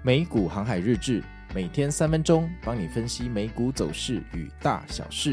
美股航海日志，每天3分钟，帮你分析美股走势与大小事。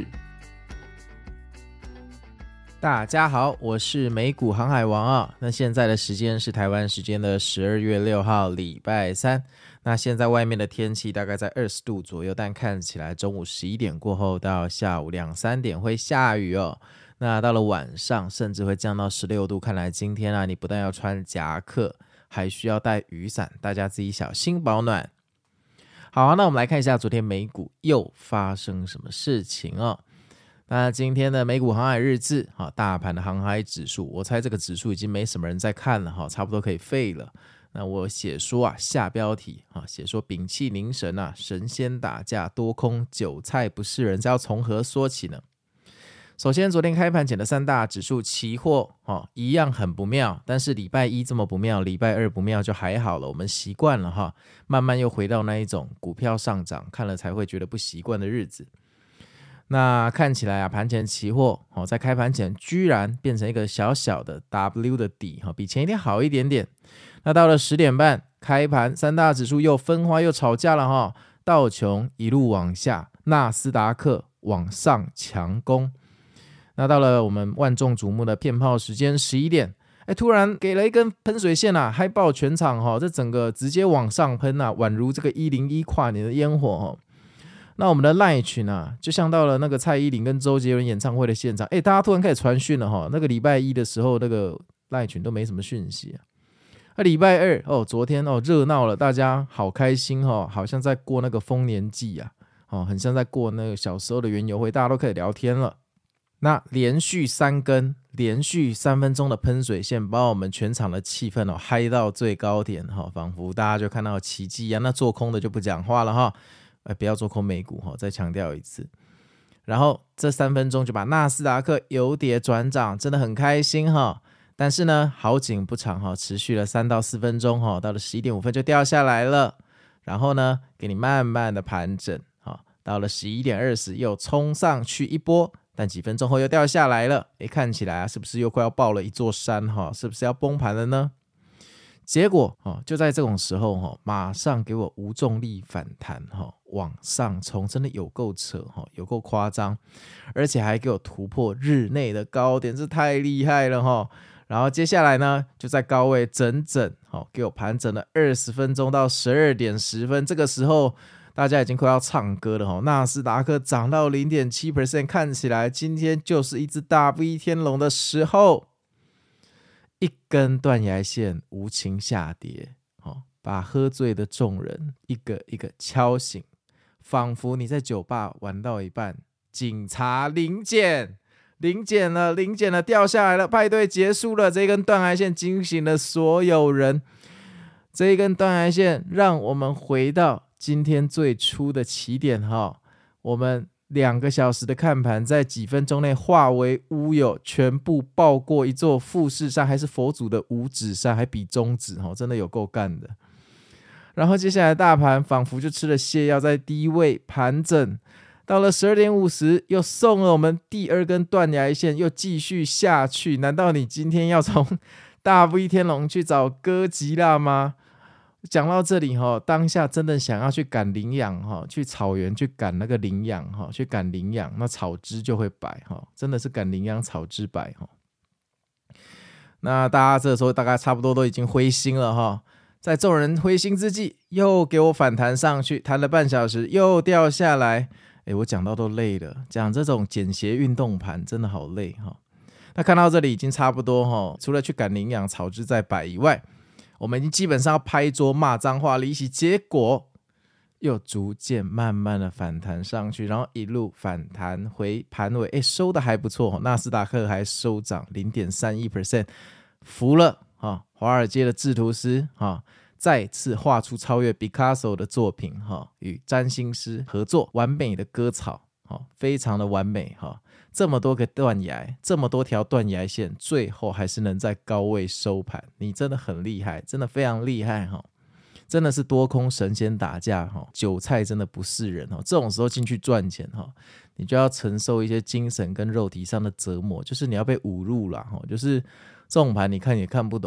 大家好，我是美股航海王啊。那现在的时间是台湾时间的12月6号礼拜三。那现在外面的天气大概在20度左右，但看起来中午11点过后到下午2、3点会下雨哦。那到了晚上甚至会降到16度，看来今天啊，你不但要穿夹克，还需要带雨伞，大家自己小心保暖。好，那我们来看一下昨天美股又发生什么事情哦。那今天的美股航海日志，大盘的航海指数，我猜这个指数已经没什么人在看了，差不多可以废了。那我写说下标题写说屏气凝神神仙打架，多空韭菜不是人，这要从何说起呢？首先昨天开盘前的3大指数期货一样很不妙，但是礼拜一这么不妙，礼拜二不妙就还好了，我们习惯了慢慢又回到那一种股票上涨看了才会觉得不习惯的日子。那看起来盘前期货在开盘前居然变成一个小小的 W 的底比前一天好一点点。那到了10点半开盘，3大指数又分化又吵架了道琼一路往下，纳斯达克往上强攻。那到了我们万众瞩目的骗炮时间11点，突然给了一根喷水线嗨爆全场这整个直接往上喷宛如这个101跨年的烟火那我们的 LINE 群就像到了那个蔡依林跟周杰伦演唱会的现场，大家突然开始传讯了那个礼拜一的时候那个 LINE 群都没什么讯息礼拜二昨天热闹了，大家好开心好像在过那个丰年祭很像在过那个小时候的园游会，大家都可以聊天了。那连续3根连续3分钟的喷水线，把我们全场的气氛嗨到最高点仿佛大家就看到奇迹那做空的就不讲话了不要做空美股再强调一次。然后这3分钟就把纳斯达克由跌转涨，真的很开心但是呢好景不长持续了3到4分钟到了11点5分就掉下来了。然后呢给你慢慢的盘整到了11点20又冲上去一波，但几分钟后又掉下来了。看起来是不是又快要爆了一座山是不是要崩盘了呢？结果就在这种时候马上给我无重力反弹往上冲，真的有够扯有够夸张，而且还给我突破日内的高点，这太厉害了然后接下来呢就在高位整整给我盘整了20分钟到12点10分，这个时候大家已经快要唱歌了纳斯达克涨到 0.7%， 看起来今天就是一只大 V 天龙的时候。一根断崖线无情下跌把喝醉的众人一个一个敲醒，仿佛你在酒吧玩到一半，警察临检了，掉下来了，派对结束了，这一根断崖线惊醒了所有人，这一根断崖线让我们回到今天最初的起点我们2个小时的看盘在几分钟内化为乌有，全部爆过一座富士山，还是佛祖的五指山，还比中指真的有够干的。然后接下来大盘仿佛就吃了泻药，在低位盘整，到了12点50又送了我们第2根断崖线，又继续下去。难道你今天要从大 V 天龙去找哥吉拉吗？讲到这里当下真的想要去赶羚羊去草原去赶那个羚羊去赶羚羊，那草汁就会白真的是赶羚羊草汁白那大家这个时候大概差不多都已经灰心了在众人灰心之际，又给我反弹上去，弹了半小时又掉下来。我讲到都累了，讲这种简谐运动盘真的好累那看到这里已经差不多除了去赶羚羊草汁在摆以外，我们已经基本上要拍桌骂脏话离席，结果又逐渐慢慢的反弹上去，然后一路反弹回盘尾收的还不错纳斯达克还收涨 0.31%， 服了华尔街的制图师再次画出超越 Picasso 的作品与占星师合作完美的割草非常的完美这么多个断崖，这么多条断崖线，最后还是能在高位收盘，你真的很厉害，真的非常厉害真的是多空神仙打架韭菜真的不是人这种时候进去赚钱你就要承受一些精神跟肉体上的折磨，就是你要被侮辱啦就是这种盘你看也看不懂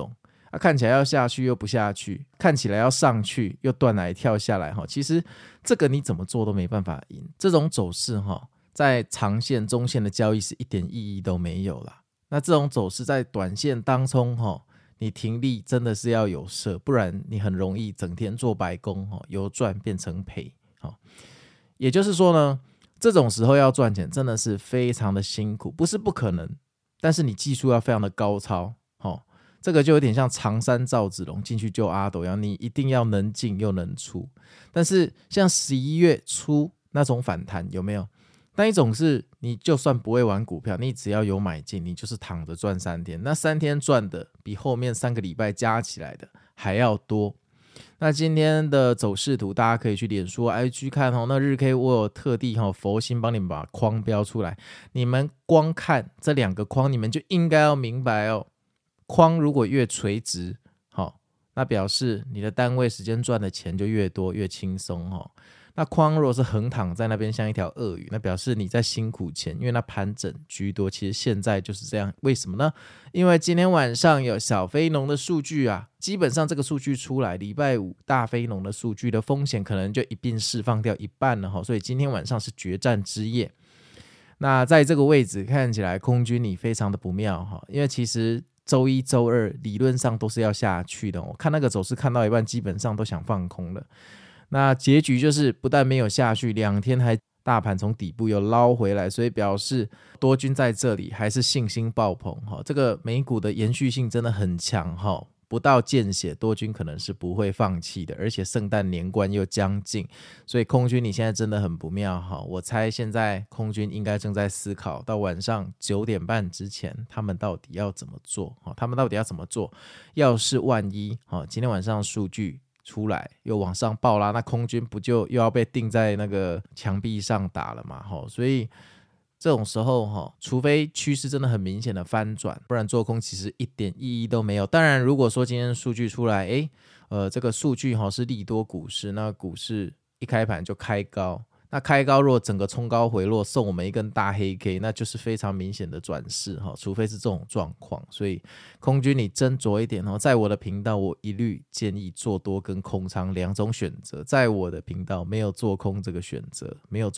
看起来要下去又不下去，看起来要上去又断来跳下来，其实这个你怎么做都没办法赢。这种走势在长线中线的交易是一点意义都没有啦。那这种走势在短线当中你停利真的是要有设，不然你很容易整天做白工，由赚变成赔。也就是说呢，这种时候要赚钱真的是非常的辛苦，不是不可能，但是你技术要非常的高超。这个就有点像常山赵子龙进去救阿斗一样，你一定要能进又能出。但是像11月初那种反弹有没有？那一种是你就算不会玩股票，你只要有买进，你就是躺着赚3天，那3天赚的比后面3个礼拜加起来的还要多。那今天的走势图大家可以去脸书 IG 看那日 K 我有特地佛心帮你们把框标出来，你们光看这2个框，你们就应该要明白框如果越垂直那表示你的单位时间赚的钱就越多越轻松那框如果是横躺在那边像一条鳄鱼，那表示你在辛苦钱，因为那盘整居多。其实现在就是这样，为什么呢？因为今天晚上有小非农的数据啊，基本上这个数据出来，礼拜五大非农的数据的风险可能就一并释放掉一半了所以今天晚上是决战之夜。那在这个位置看起来空军你非常的不妙因为其实周一周二理论上都是要下去的我看那个走势看到一半基本上都想放空了。那结局就是不但没有下去，2天还大盘从底部又捞回来，所以表示多军在这里还是信心爆棚这个美股的延续性真的很强不到见血，多军可能是不会放弃的，而且圣诞年关又将近，所以空军你现在真的很不妙我猜现在空军应该正在思考到晚上9点半之前他们到底要怎么做要是万一今天晚上数据出来又往上爆拉，那空军不就又要被钉在那个墙壁上打了嘛所以这种时候除非趋势真的很明显的翻转，不然做空其实一点意义都没有。当然如果说今天数据出来这个数据是利多股市，那股市一开盘就开高，那开高如果整个冲高回落送我们一根大黑 K， 那就是非常明显的转势除非是这种状况。所以空军你斟酌一点在我的频道我一律建议做多跟空仓2种选择，在我的频道没有做空这个选择，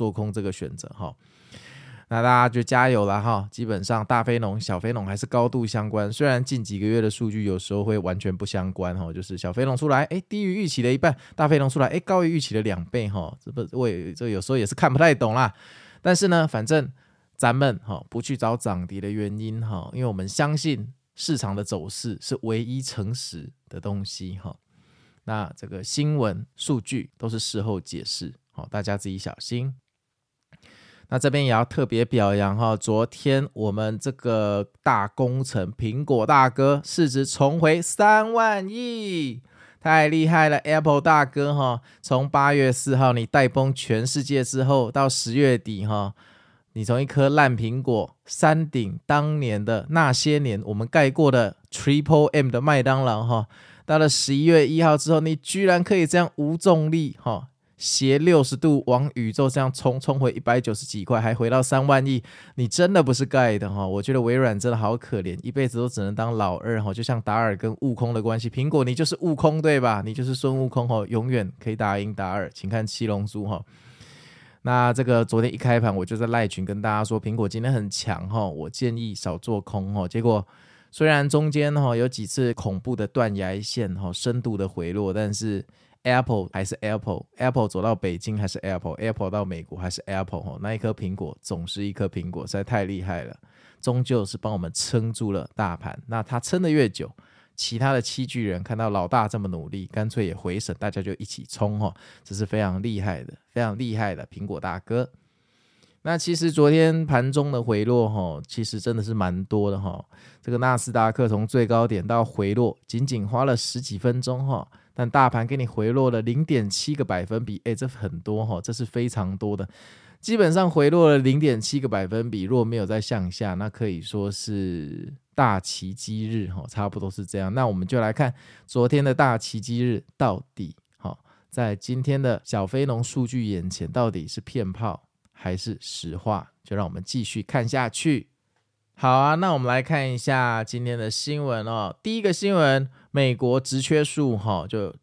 那大家就加油啦基本上大非农小非农还是高度相关，虽然近几个月的数据有时候会完全不相关就是小非农出来低于预期的一半，大非农出来高于预期的2倍这有时候也是看不太懂啦。但是呢反正咱们不去找涨跌的原因因为我们相信市场的走势是唯一诚实的东西那这个新闻数据都是事后解释大家自己小心。那这边也要特别表扬昨天我们这个大功臣苹果大哥市值重回3万亿，太厉害了 Apple 大哥从8月4号你带崩全世界之后，到10月底你从一颗烂苹果山顶当年的那些年我们盖过的 Triple M 的麦当劳到了11月1号之后，你居然可以这样无重力斜60度往宇宙这样冲回190几块，还回到3万亿，你真的不是盖的我觉得微软真的好可怜，一辈子都只能当老二就像达尔跟悟空的关系，苹果你就是悟空对吧？你就是孙悟空永远可以打赢达尔，请看七龙珠那这个昨天一开盘我就在赖群跟大家说苹果今天很强我建议少做空结果虽然中间有几次恐怖的断崖线深度的回落，但是Apple 还是 Apple 走到北京还是 Apple 到美国还是 Apple 那一颗苹果总是一颗苹果，实在太厉害了，终究是帮我们撑住了大盘。那它撑得越久，其他的七巨人看到老大这么努力，干脆也回神，大家就一起冲这是非常厉害的苹果大哥。那其实昨天盘中的回落其实真的是蛮多的这个纳斯达克从最高点到回落仅仅花了10几分钟但大盘给你回落了 0.7 个百分比这很多这是非常多的，基本上回落了 0.7 个百分比，若没有再向下，那可以说是大奇迹日差不多是这样。那我们就来看昨天的大奇迹日到底在今天的小非农数据眼前到底是骗炮还是实话，就让我们继续看下去。 好啊，那我们来看一下今天的新闻哦。第一个新闻，美国职缺数就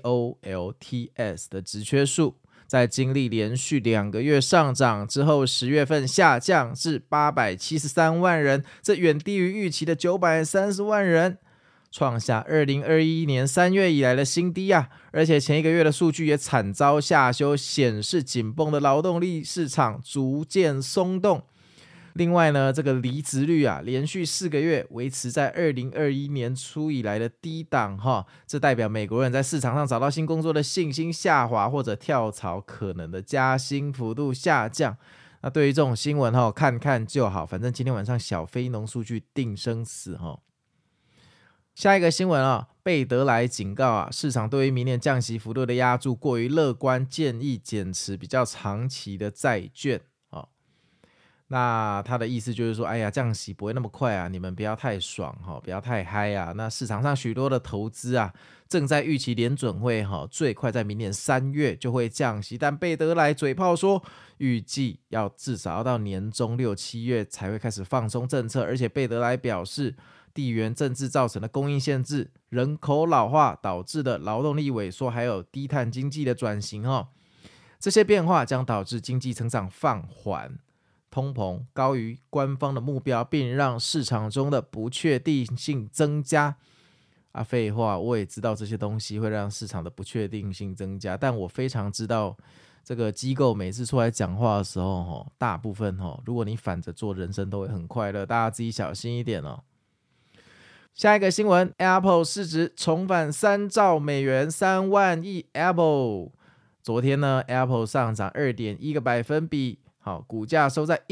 JOLTS 的职缺数，在经历连续2个月上涨之后，10月份下降至873万人，这远低于预期的930万人，创下2021年3月以来的新低啊！而且前一个月的数据也惨遭下修，显示紧绷的劳动力市场逐渐松动。另外呢，这个离职率啊，连续4个月维持在2021年初以来的低档这代表美国人在市场上找到新工作的信心下滑，或者跳槽可能的加薪幅度下降。那对于这种新闻看看就好，反正今天晚上小非农数据定生死下一个新闻贝德莱警告市场对于明年降息幅度的压注过于乐观，建议减持比较长期的债券那他的意思就是说，哎呀，降息不会那么快啊，你们不要太爽不要太嗨啊。那市场上许多的投资正在预期联准会最快在明年3月就会降息，但贝德莱嘴炮说，预计要至少要到年中6、7月才会开始放松政策。而且贝德莱表示，地缘政治造成的供应限制、人口老化导致的劳动力萎缩，还有低碳经济的转型这些变化将导致经济成长放缓，通膨高于官方的目标，并让市场中的不确定性增加废话，我也知道这些东西会让市场的不确定性增加，但我非常知道这个机构每次出来讲话的时候大部分如果你反着做，人生都会很快乐，大家自己小心一点下一个新闻， Apple 市值重返3兆美元，3万亿 Apple。 昨天呢 Apple 上涨 2.1 个百分比，股价收在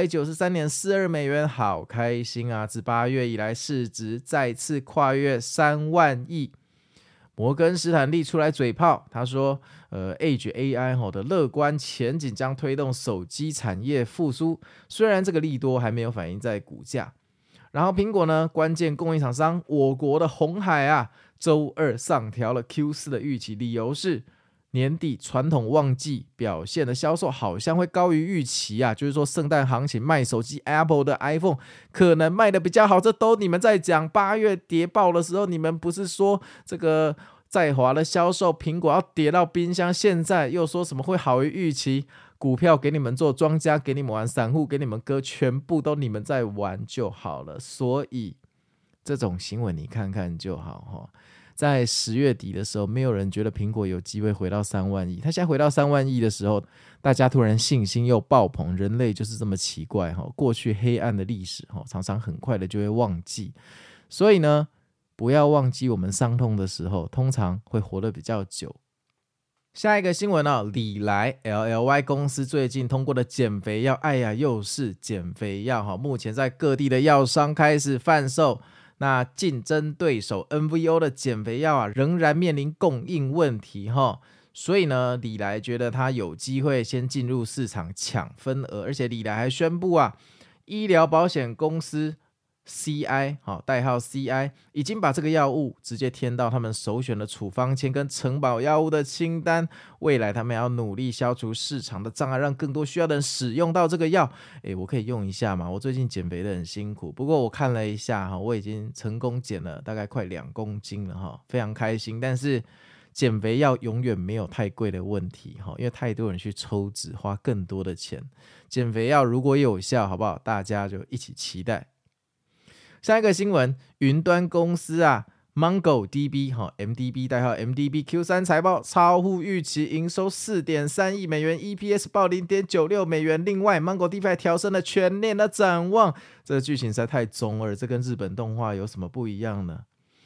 193.42 美元，好开心啊！自8月以来，市值再次跨越3万亿。摩根士坦利出来嘴炮，他说Edge AI 的乐观前景将推动手机产业复苏，虽然这个利多还没有反映在股价。然后苹果呢，关键供应厂商我国的鸿海周二上调了 Q4 的预期，理由是年底传统旺季表现的销售好像会高于预期就是说圣诞行情卖手机 Apple 的 iPhone 可能卖的比较好，这都你们在讲。8月跌爆的时候，你们不是说这个在华的销售苹果要跌到冰箱，现在又说什么会好于预期？股票给你们做，庄家给你们玩，散户给你们割，全部都你们在玩就好了。所以这种新闻你看看就好在10月底的时候，没有人觉得苹果有机会回到3万亿，他现在回到3万亿的时候，大家突然信心又爆棚。人类就是这么奇怪过去黑暗的历史常常很快的就会忘记。所以呢，不要忘记我们伤痛的时候，通常会活得比较久。下一个新闻礼来 LLY 公司最近通过的减肥药，哎呀，又是减肥药目前在各地的药商开始贩售。那竞争对手 NVO 的减肥药仍然面临供应问题所以呢，礼来觉得他有机会先进入市场抢分额，而且礼来还宣布医疗保险公司CI 代号 CI 已经把这个药物直接填到他们首选的处方签跟承保药物的清单，未来他们要努力消除市场的障碍，让更多需要的人使用到这个药。我可以用一下吗？我最近减肥的很辛苦，不过我看了一下我已经成功减了大概快2公斤了非常开心。但是减肥药永远没有太贵的问题因为太多人去抽脂花更多的钱，减肥药如果有效好不好？大家就一起期待。下一个新闻，云端公司MongoDB MDB 代号 MDB Q3 财报超乎预期，营收 4.3 亿美元， EPS 报 0.96 美元。另外 MongoDB 还调升了全年的展望。这个剧情实在太中二，这跟日本动画有什么不一样呢？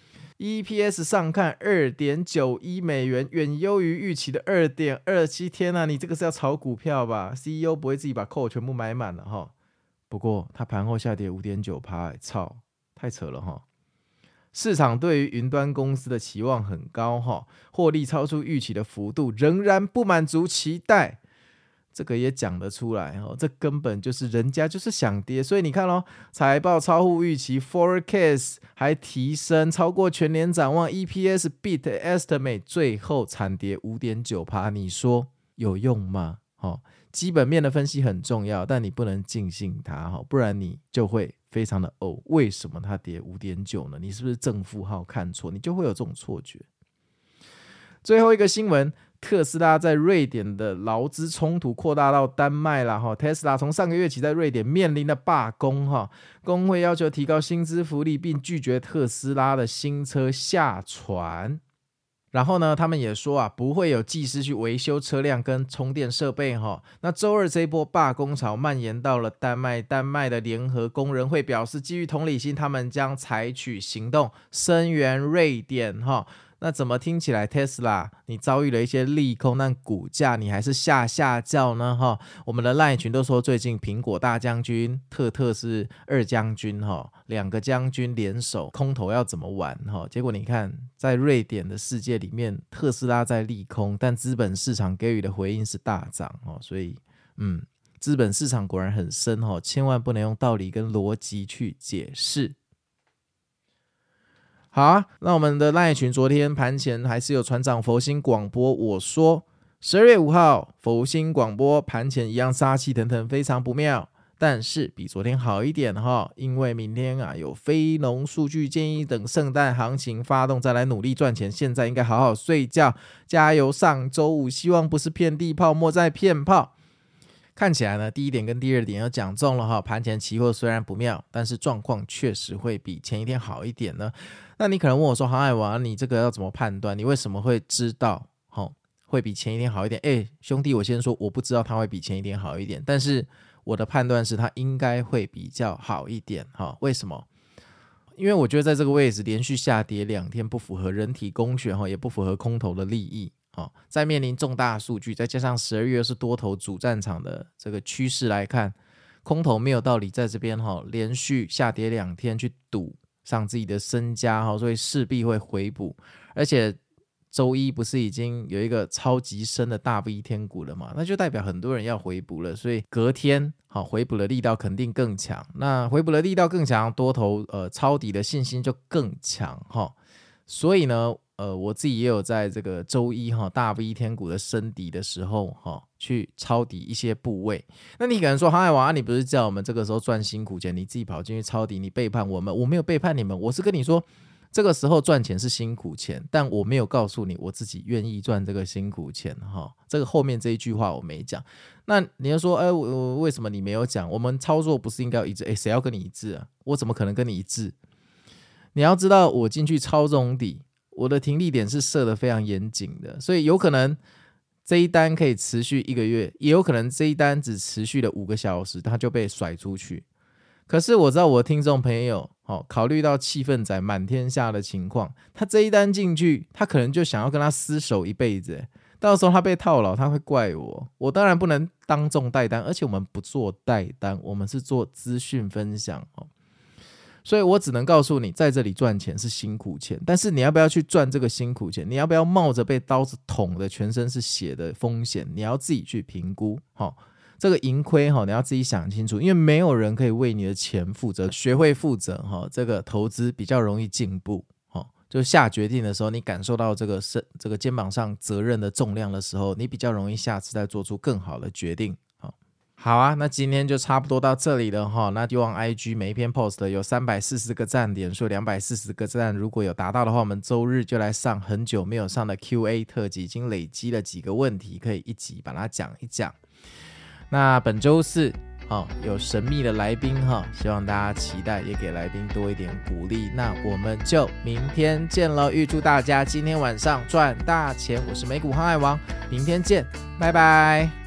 EPS 上看 2.91 美元，远优于预期的 2.27。 天你这个是要炒股票吧？ CEO 不会自己把扣全部买满了不过它盘后下跌 5.9%， 操，太扯了市场对于云端公司的期望很高获利超出预期的幅度仍然不满足期待，这个也讲得出来这根本就是人家就是想跌。所以你看财报超乎预期， forecast 还提升超过全年展望， EPS beat estimate， 最后惨跌 5.9%， 你说有用吗基本面的分析很重要，但你不能尽信它不然你就会非常的为什么它跌 5.9 呢？你是不是正负号看错？你就会有这种错觉。最后一个新闻，特斯拉在瑞典的劳资冲突扩大到丹麦啦。Tesla 从上个月起在瑞典面临了罢工，工会要求提高薪资福利，并拒绝特斯拉的新车下传。然后呢，他们也说不会有技师去维修车辆跟充电设备。那周二这一波罢工潮蔓延到了丹麦，丹麦的联合工人会表示，基于同理心，他们将采取行动声援瑞典。那怎么听起来 Tesla 你遭遇了一些利空，但股价你还是下叫呢？我们的 LINE 群都说最近苹果大将军，特是二将军，两个将军联手空头要怎么玩？结果你看在瑞典的世界里面，特斯拉在利空，但资本市场给予的回应是大涨。所以资本市场果然很深，千万不能用道理跟逻辑去解释。好啊，那我们的 LINE 群昨天盘前还是有船长佛心广播，我说12月5号佛心广播盘前一样杀气腾腾，非常不妙，但是比昨天好一点因为明天有非农数据，建议等圣诞行情发动再来努力赚钱，现在应该好好睡觉，加油上周五，希望不是遍地泡沫再骗炮。看起来呢，第一点跟第二点要讲中了盘前期货虽然不妙，但是状况确实会比前一天好一点呢。那你可能问我说，航海王，你这个要怎么判断？你为什么会知道会比前一天好一点？兄弟，我先说我不知道它会比前一天好一点，但是我的判断是它应该会比较好一点。为什么？因为我觉得在这个位置连续下跌2天不符合人体工学，也不符合空头的利益。在面临重大数据，再加上12月是多头主战场的这个趋势来看，空头没有道理在这边连续下跌2天去赌上自己的身家，所以势必会回补。而且周一不是已经有一个超级深的大 V 天股了嘛，那就代表很多人要回补了，所以隔天回补的力道肯定更强。那回补的力道更强，多头抄底的信心就更强。所以呢我自己也有在这个周一大 V 天股的升底的时候去抄底一些部位。那你可能说，航海王你不是叫我们这个时候赚辛苦钱，你自己跑进去抄底，你背叛我们。我没有背叛你们，我是跟你说这个时候赚钱是辛苦钱，但我没有告诉你我自己愿意赚这个辛苦钱。这个后面这一句话我没讲。那你就说为什么你没有讲？我们操作不是应该要一致？谁要跟你一致啊？我怎么可能跟你一致？你要知道，我进去抄这种底，我的停利点是设得非常严谨的，所以有可能这一单可以持续1个月，也有可能这一单只持续了5个小时，它就被甩出去。可是我知道我的听众朋友考虑到气氛仔满天下的情况，他这一单进去，他可能就想要跟他厮守一辈子，到时候他被套牢，他会怪我。我当然不能当众带单，而且我们不做带单，我们是做资讯分享。所以我只能告诉你，在这里赚钱是辛苦钱，但是你要不要去赚这个辛苦钱？你要不要冒着被刀子捅的全身是血的风险？你要自己去评估。这个盈亏你要自己想清楚，因为没有人可以为你的钱负责，学会负责这个投资比较容易进步。就下决定的时候，你感受到这个肩膀上责任的重量的时候，你比较容易下次再做出更好的决定。好啊，那今天就差不多到这里了那希望 IG 每一篇 post 有340个赞，点数240个赞，如果有达到的话，我们周日就来上很久没有上的 QA 特辑，已经累积了几个问题，可以一集把它讲一讲。那本周四有神秘的来宾希望大家期待，也给来宾多一点鼓励。那我们就明天见了，预祝大家今天晚上赚大钱。我是美股航海王，明天见，拜拜。